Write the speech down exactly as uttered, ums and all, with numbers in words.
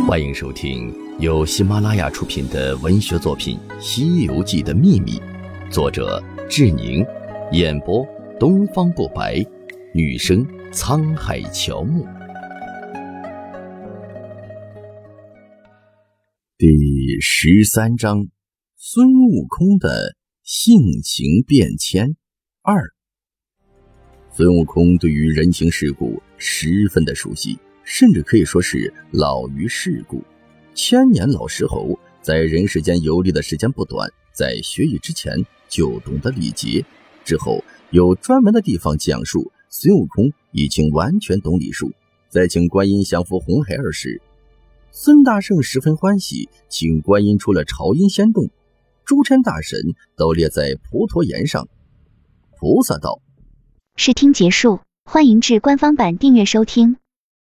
欢迎收听由喜马拉雅出品的文学作品《西游记的秘密》，作者志宁，演播东方不白，女生沧海乔木。第十三章，孙悟空的性情变迁二。孙悟空对于人情世故十分的熟悉，甚至可以说是老于世故。千年老石猴在人世间游历的时间不短，在学艺之前就懂得礼节，之后有专门的地方讲述孙悟空已经完全懂礼数。在请观音降服红孩儿时，孙大圣十分欢喜，请观音出了朝音仙洞，诸天大神都列在普陀岩上。菩萨道： 试听结束，欢迎至官方版订阅收听。